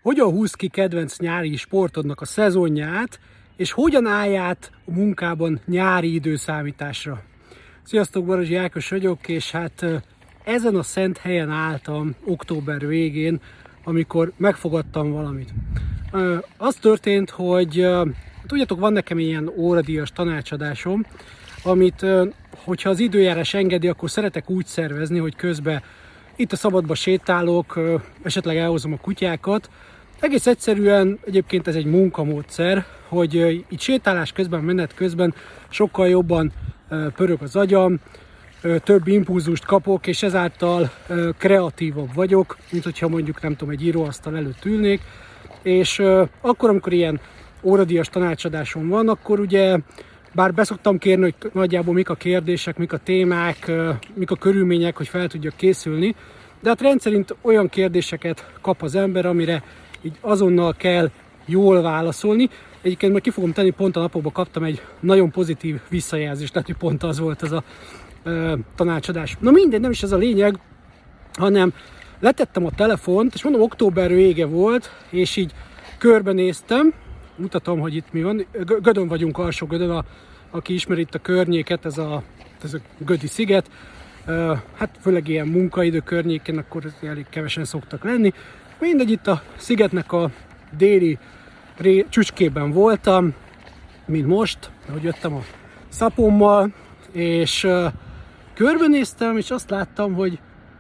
hogyan húz ki kedvenc nyári sportodnak a szezonját, és hogyan állj át a munkában nyári időszámításra. Sziasztok, Barazsi Ákos vagyok, és hát ezen a szent helyen álltam október végén, amikor megfogadtam valamit. Az történt, hogy tudjátok, van nekem ilyen óradíjas tanácsadásom, amit, hogyha az időjárás engedi, akkor szeretek úgy szervezni, hogy közben itt a szabadba sétálok, esetleg elhozom a kutyákat. Egész egyszerűen egyébként ez egy munkamódszer, hogy itt sétálás közben, menet közben sokkal jobban pörög az agyam, több impulzust kapok, és ezáltal kreatívabb vagyok, mint hogyha mondjuk nem tudom, egy íróasztal előtt ülnék. És akkor, amikor ilyen óradíjas tanácsadásom van, akkor ugye bár beszoktam kérni, hogy nagyjából mik a kérdések, mik a témák, mik a körülmények, hogy fel tudjak készülni, de hát rendszerint olyan kérdéseket kap az ember, amire így azonnal kell jól válaszolni. Egyébként majd ki fogom tenni, pont a napokban kaptam egy nagyon pozitív visszajelzést, tehát hogy pont az volt ez a tanácsadás. Na mindegy, nem is ez a lényeg, hanem letettem a telefont, és mondom, október vége volt, és így körbenéztem, mutatom, hogy itt mi van. Gödön vagyunk, Alsó-Gödön, aki ismeri itt a környéket, ez a Gödi sziget. Hát főleg ilyen munkaidő környéken, akkor elég kevesen szoktak lenni. Mindegy, itt a szigetnek a déli csücskében voltam, mint most, ahogy jöttem a szapommal, és körbenéztem, és azt láttam, hogy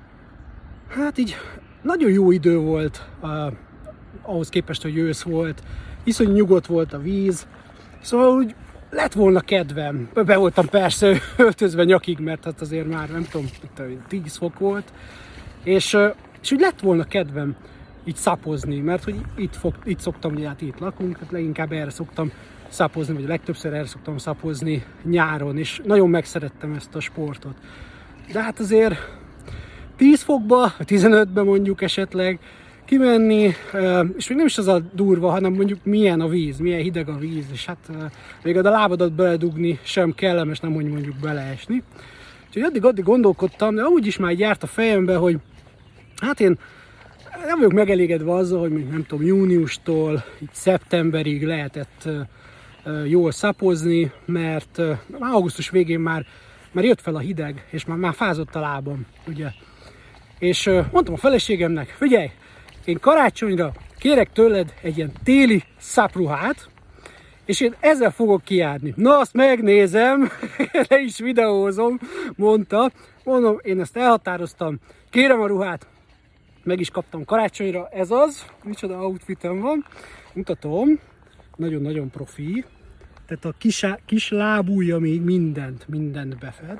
hát így nagyon jó idő volt, ahhoz képest, hogy ősz volt, iszonyú nyugodt volt a víz, szóval úgy lett volna kedvem. Be voltam persze öltözve nyakig, mert hát azért már nem tudom, 10 fok volt, és úgy lett volna kedvem így szapozni, mert hogy itt szoktam, ugye hát itt lakunk, hát leginkább erre szoktam szapozni, vagy a legtöbbször erre szoktam szapozni nyáron, és nagyon megszerettem ezt a sportot. De hát azért 10 fokba, 15-ben mondjuk esetleg kimenni, és még nem is az a durva, hanem mondjuk milyen a víz, milyen hideg a víz, és hát még a lábadat beledugni sem kellemes, nem mondjuk beleesni. Úgyhogy addig gondolkodtam, de úgy is már járt a fejembe, hogy hát én nem vagyok megelégedve azzal, hogy nem tudom, júniustól így szeptemberig lehetett jól szapozni, mert már augusztus végén már jött fel a hideg, és már fázott a lábam, ugye. És mondtam a feleségemnek, figyelj, én karácsonyra kérek tőled egy ilyen téli szapruhát, és én ezzel fogok kijárni. Na, azt megnézem, le is videózom, mondta. Mondom, én ezt elhatároztam, kérem a ruhát, meg is kaptam karácsonyra, ez az, micsoda outfitem van, mutatom, nagyon-nagyon profi, tehát a kis lábúja még mindent befed.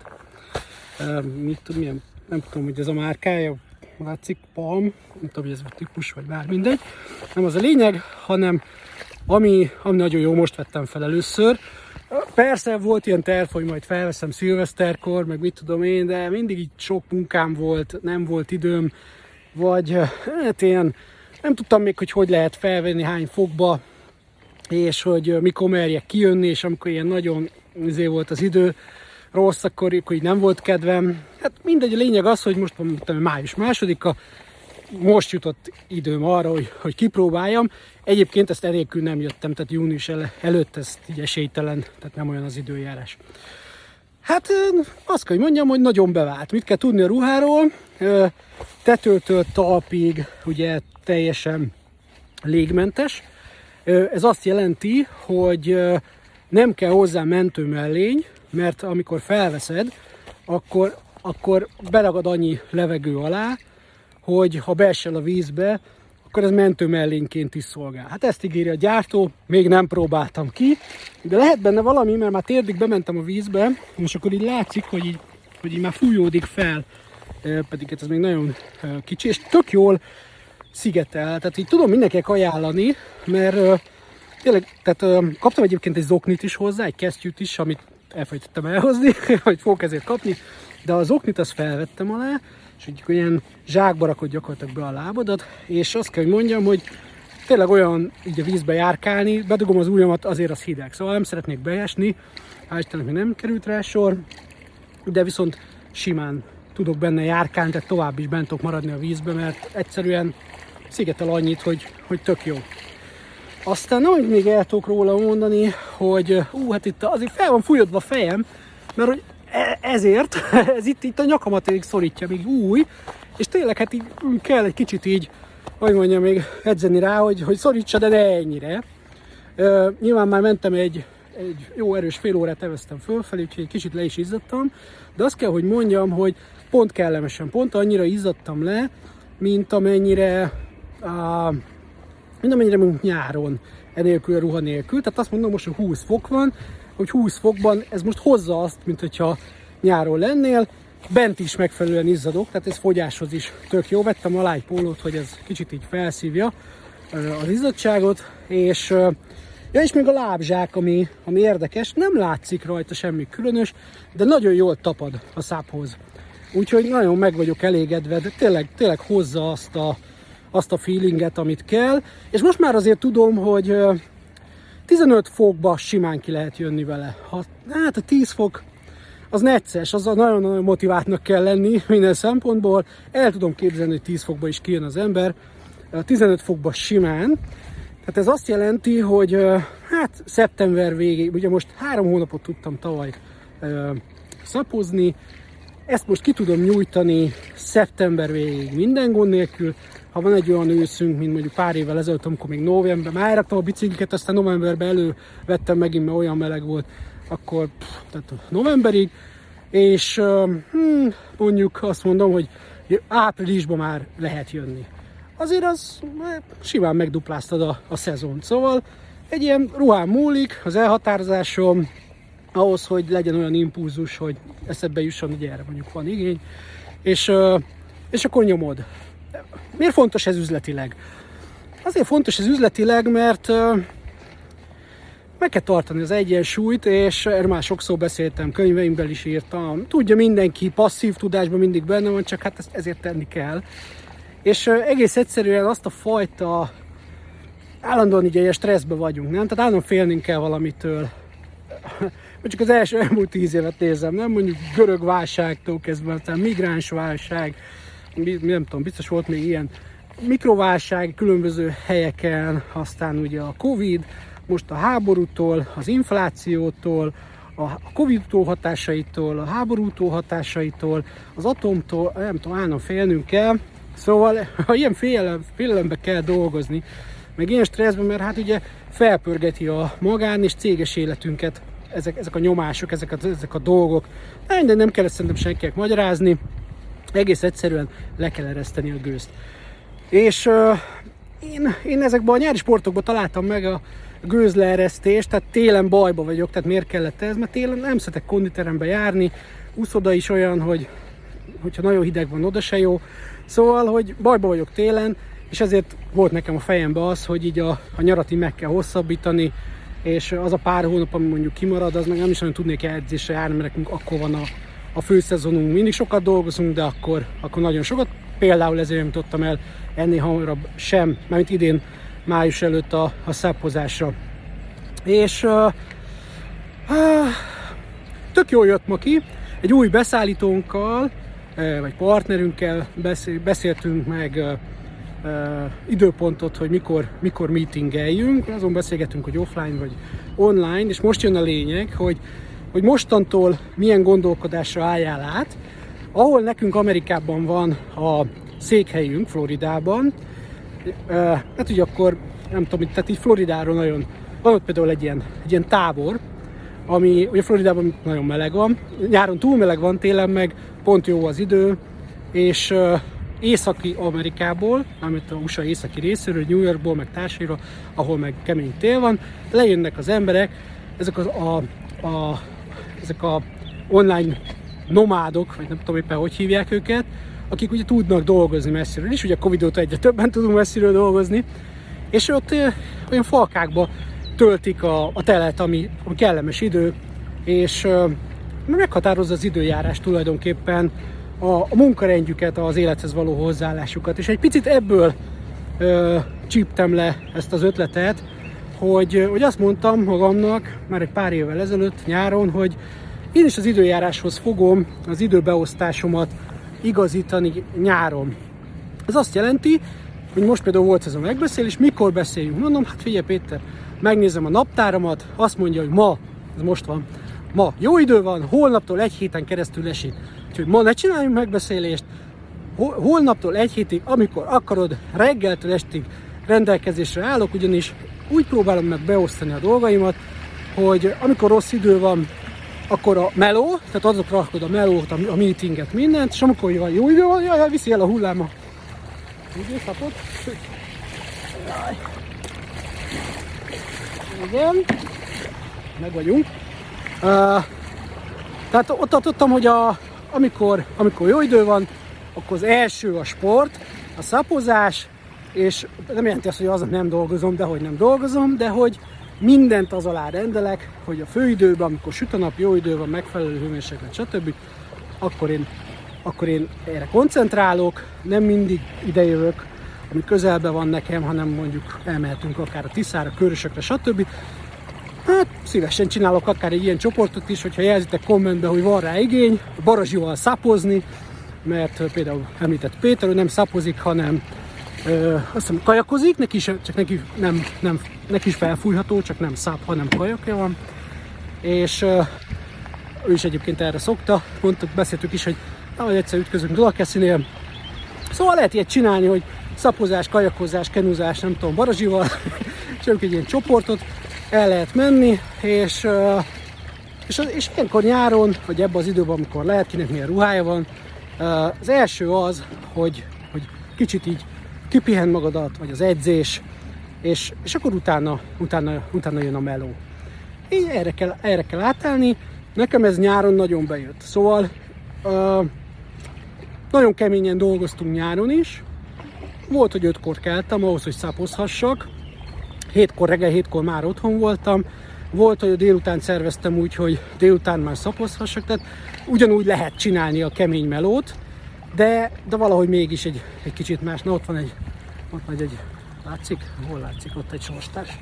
Nem tudom, hogy ez a márkája, látszik, Palm, nem tudom, hogy ez a típus, vagy bár mindegy. Nem az a lényeg, hanem ami nagyon jó, most vettem fel először. Persze volt ilyen terv, hogy majd felveszem szilveszterkor, meg mit tudom én, de mindig így sok munkám volt, nem volt időm, vagy hát ilyen, nem tudtam még, hogy lehet felvenni, hány fokba, és hogy mikor merjek kijönni, és amikor ilyen nagyon volt az idő, rossz, akkor így nem volt kedvem. Hát mindegy, a lényeg az, hogy most van május 2-a, most jutott időm arra, hogy kipróbáljam. Egyébként ezt enélkül nem jöttem, tehát június előtt ez így esélytelen, tehát nem olyan az időjárás. Hát azt kell, hogy mondjam, hogy nagyon bevált. Mit kell tudni a ruháról? Tetőtől talpig ugye teljesen légmentes. Ez azt jelenti, hogy nem kell hozzá mentőmellény, mert amikor felveszed, akkor beragad annyi levegő alá, hogy ha beesel a vízbe, akkor ez mentőmellényként is szolgál. Hát ezt ígéri a gyártó, még nem próbáltam ki, de lehet benne valami, mert már térdig bementem a vízbe, és akkor így látszik, hogy így már fújódik fel, pedig ez még nagyon kicsi, és tök jól szigetel, tehát így tudom mindenkinek ajánlani, mert tényleg, tehát kaptam egyébként egy zoknit is hozzá, egy kesztyűt is, amit elfelejtettem elhozni, hogy fogok ezért kapni, de a zoknit azt felvettem alá, és így olyan zsákba rakod gyakorlatilag be a lábadat, és azt kell, hogy mondjam, hogy tényleg olyan így a vízbe járkálni, bedugom az ujjamat, azért az hideg, szóval nem szeretnék beesni, hál' Istennek még nem került rá sor, de viszont simán tudok benne járkálni, tehát tovább is bent tudok maradni a vízbe, mert egyszerűen szigetel annyit, hogy tök jó. Aztán amit még el tudok róla mondani, hogy hát itt azért fel van fújodva a fejem, mert hogy ezért, ez itt a nyakamat még szorítja, még új, és tényleg hát így kell egy kicsit így, hogy mondjam, még edzeni rá, hogy szorítsa, de ne ennyire. Nyilván már mentem egy jó erős fél órát eveztem fölfelé, úgyhogy egy kicsit le is izzadtam, de azt kell, hogy mondjam, hogy pont kellemesen, pont annyira izzadtam le, mint amennyire mondjuk nyáron, enélkül a ruha nélkül. Tehát azt mondom most, hogy 20 fok van, hogy 20 fokban ez most hozza azt, mint hogyha nyáron lennél, bent is megfelelően izzadok, tehát ez fogyáshoz is tök jó. Vettem alá egy pólót, hogy ez kicsit így felszívja az izzadságot, és még a lábzsák, ami érdekes, nem látszik rajta semmi különös, de nagyon jól tapad a száphoz. Úgyhogy nagyon meg vagyok elégedve, de tényleg hozza azt a feelinget, amit kell. És most már azért tudom, hogy 15 fokba simán ki lehet jönni vele. Hát a 10 fok az necces, az nagyon-nagyon motiváltnak kell lenni minden szempontból. El tudom képzelni, hogy 10 fokba is kijön az ember. 15 fokba simán. Tehát ez azt jelenti, hogy hát szeptember végéig, ugye most 3 hónapot tudtam tavaly szapozni, ezt most ki tudom nyújtani szeptember végéig minden gond nélkül. Ha van egy olyan őszünk, mint mondjuk pár évvel ezelőtt, amikor még novemberben, már elraktam a bicikliket, aztán novemberben elővettem megint, mert olyan meleg volt, akkor tehát novemberig, és mondjuk azt mondom, hogy áprilisban már lehet jönni. Azért az simán megdupláztad a szezont. Szóval egy ilyen ruhán múlik, az elhatározásom, ahhoz, hogy legyen olyan impulzus, hogy eszedbe jusson, hogy erre mondjuk van igény, és akkor nyomod. Miért fontos ez üzletileg? Azért fontos ez üzletileg, mert meg kell tartani az egyensúlyt, és erről már sokszor beszéltem, könyveimben is írtam. Tudja mindenki, passzív tudásban mindig benne van, csak hát ezért tenni kell. És egész egyszerűen azt a fajta, állandóan így ilyen stresszben vagyunk, nem? Tehát állandóan félnünk kell valamitől. Csak az elmúlt 10 évet nézem, nem? Mondjuk görög válságtól kezdve, aztán migráns válság, nem tudom, biztos volt még ilyen mikroválság különböző helyeken, aztán ugye a Covid, most a háborútól, az inflációtól, a Covid-tól hatásaitól, a háborútól hatásaitól, az atomtól, nem tudom, állandóan félnünk kell. Szóval, ha ilyen félelembe kell dolgozni, meg ilyen stresszben, mert hát ugye felpörgeti a magán és céges életünket ezek a nyomások, ezek a dolgok. De nem kell ezt szerintem senkinek magyarázni, egész egyszerűen le kell ereszteni a gőzt. És én ezekben a nyári sportokban találtam meg a gőzleeresztést, tehát télen bajba vagyok, tehát miért kellett ez? Mert télen nem szeretek konditerembe járni, úszoda is olyan, hogyha nagyon hideg van, oda se jó. Szóval, hogy bajba vagyok télen, és ezért volt nekem a fejemben az, hogy így a nyarat így meg kell hosszabbítani, és az a pár hónap, ami mondjuk kimarad, az meg nem is nagyon tudnék edzésre járni, mert nekünk akkor van a főszezonunk. Mindig sokat dolgozunk, de akkor nagyon sokat. Például ezért nem tudtam el ennél hamarabb sem, mármint idén május előtt a szappozásra. És tök jól jött ma ki, egy új beszállítónkkal, vagy partnerünkkel beszéltünk meg időpontot, hogy mikor meetingeljünk, azon beszélgetünk, hogy offline vagy online, és most jön a lényeg, hogy mostantól milyen gondolkodásra álljál át, ahol nekünk Amerikában van a székhelyünk, Floridában, hát ugye akkor, nem tudom, tehát így Floridáról nagyon, van ott például egy ilyen tábor, ami ugye Floridában nagyon meleg van, nyáron túl meleg van, télen meg pont jó az idő, és északi Amerikából, amit a USA északi részéről, New Yorkból, meg társairól, ahol meg kemény tél van, lejönnek az emberek, ezek a online nomádok, vagy nem tudom éppen hogy hívják őket, akik ugye tudnak dolgozni messziről is, ugye a Covid óta egyre többen tudunk messziről dolgozni, és ott olyan falkákba töltik a telet, ami kellemes idő, és meghatározza az időjárás tulajdonképpen a munkarendjüket, az élethez való hozzáállásukat. És egy picit ebből csíptem le ezt az ötletet, hogy azt mondtam magamnak már egy pár évvel ezelőtt nyáron, hogy én is az időjáráshoz fogom az időbeosztásomat igazítani nyáron. Ez azt jelenti, Mint most például volt ez a megbeszélés, mikor beszéljünk? Mondom, hát figyelj Péter, megnézem a naptáramat, azt mondja, hogy ma, ez most van, ma jó idő van, holnaptól egy héten keresztül esik. Úgyhogy ma ne csináljunk megbeszélést, holnaptól egy hétig, amikor akarod, reggeltől estig rendelkezésre állok, ugyanis úgy próbálom meg beosztani a dolgaimat, hogy amikor rossz idő van, akkor a meló, tehát azokra rakod a melót, a meetinget, mindent, és amikor jó idő van, jaj, viszi el a hulláma. Ugye, szapot? Jaj. Igen. Meg vagyunk. Tehát ott tartottam, hogy amikor jó idő van, akkor az első a sport, a szapozás, és nem jelenti azt, hogy aznap nem dolgozom, de hogy mindent az alá rendelek, hogy a főidőben, amikor süt a nap, jó idő van, megfelelő hőmérséklet, stb., akkor én erre koncentrálok, nem mindig idejövök, ami közelben van nekem, hanem mondjuk elmehetünk akár a Tiszára, Körösökre, stb. Hát szívesen csinálok akár egy ilyen csoportot is, hogyha jelzitek kommentbe, hogy van rá igény, Barazsival szapozni, mert például említett Péter, hogy nem szapozik, hanem azt hiszem kajakozik, neki is felfújható, csak nem száp, hanem kajakja van. És ő is egyébként erre szokta, beszéltük is, hogy egyszer ütközünk Dunakeszinél. Szóval lehet ilyet csinálni, hogy szapozás, kajakozás, kenuzás, nem tudom, Barazsival, csak egy ilyen csoportot el lehet menni, és ilyenkor nyáron, vagy ebben az időben, amikor lehet, kinek milyen ruhája van, az első az, hogy kicsit így kipihend magadat, vagy az edzés, és akkor utána jön a meló. Így erre kell átállni. Nekem ez nyáron nagyon bejött. Szóval nagyon keményen dolgoztunk nyáron is. Volt, hogy 5-kor keltem ahhoz, hogy szapozhassak. Reggel 7-kor már otthon voltam. Volt, hogy a délután szerveztem úgy, hogy délután már szapozhassak. Tehát ugyanúgy lehet csinálni a kemény melót, de valahogy mégis egy kicsit más. Na, ott megy egy, látszik? Hol látszik? Ott egy sorstás.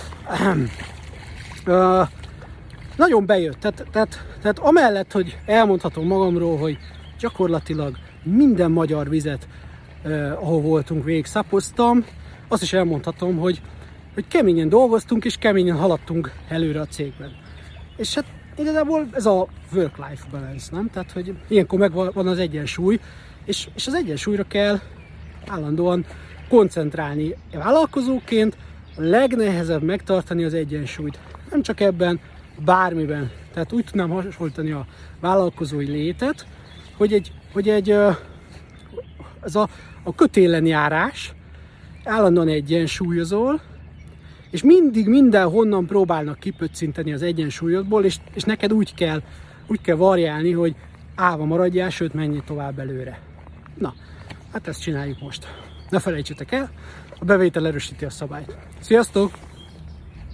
Nagyon bejött. Tehát amellett, hogy elmondhatom magamról, hogy gyakorlatilag minden magyar vizet, ahol voltunk, végig szapoztam, azt is elmondhatom, hogy keményen dolgoztunk, és keményen haladtunk előre a cégben. És hát igazából ez a work-life balance, nem? Tehát, hogy ilyenkor megvan az egyensúly, és az egyensúlyra kell állandóan koncentrálni. Vállalkozóként a legnehezebb megtartani az egyensúlyt. Nem csak ebben, bármiben. Tehát úgy tudnám hasonlítani a vállalkozói létet, hogy ez a kötélen járás, állandóan egyensúlyozol, és mindig mindenhonnan próbálnak kipöccinteni az egyensúlyodból, és neked úgy kell variálni, hogy állva maradjál, sőt menjél tovább előre. Na, hát ezt csináljuk most. Ne felejtsétek el, a bevétel erősíti a szabályt. Sziasztok!